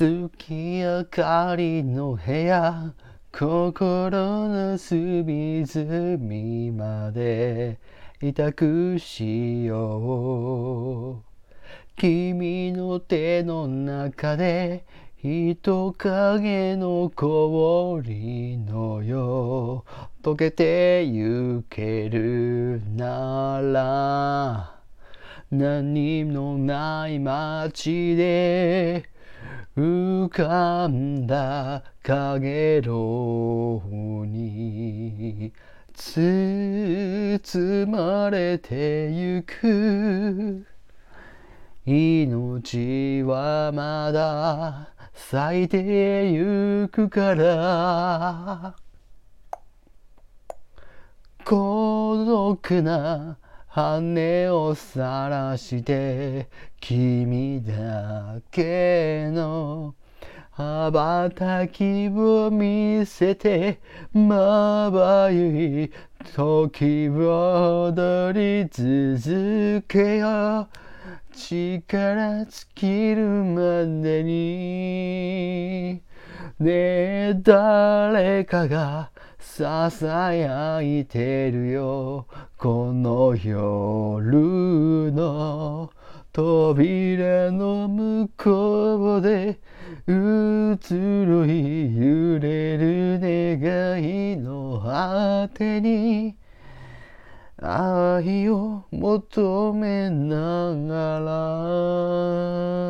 月明かりの部屋、心の隅々まで委託しよう。君の手の中で人影の氷のよう溶けてゆけるなら、何もない街で浮かんだかげろうに包まれてゆく。命はまだ咲いてゆくから、孤独な羽をさらして君だけの羽ばたきを見せて、まばゆい時を踊り続けよう。力尽きるまでに。ねえ誰かがささやいてるよ、この夜の扉の向こうで移ろい揺れる願いの果てに愛を求めながら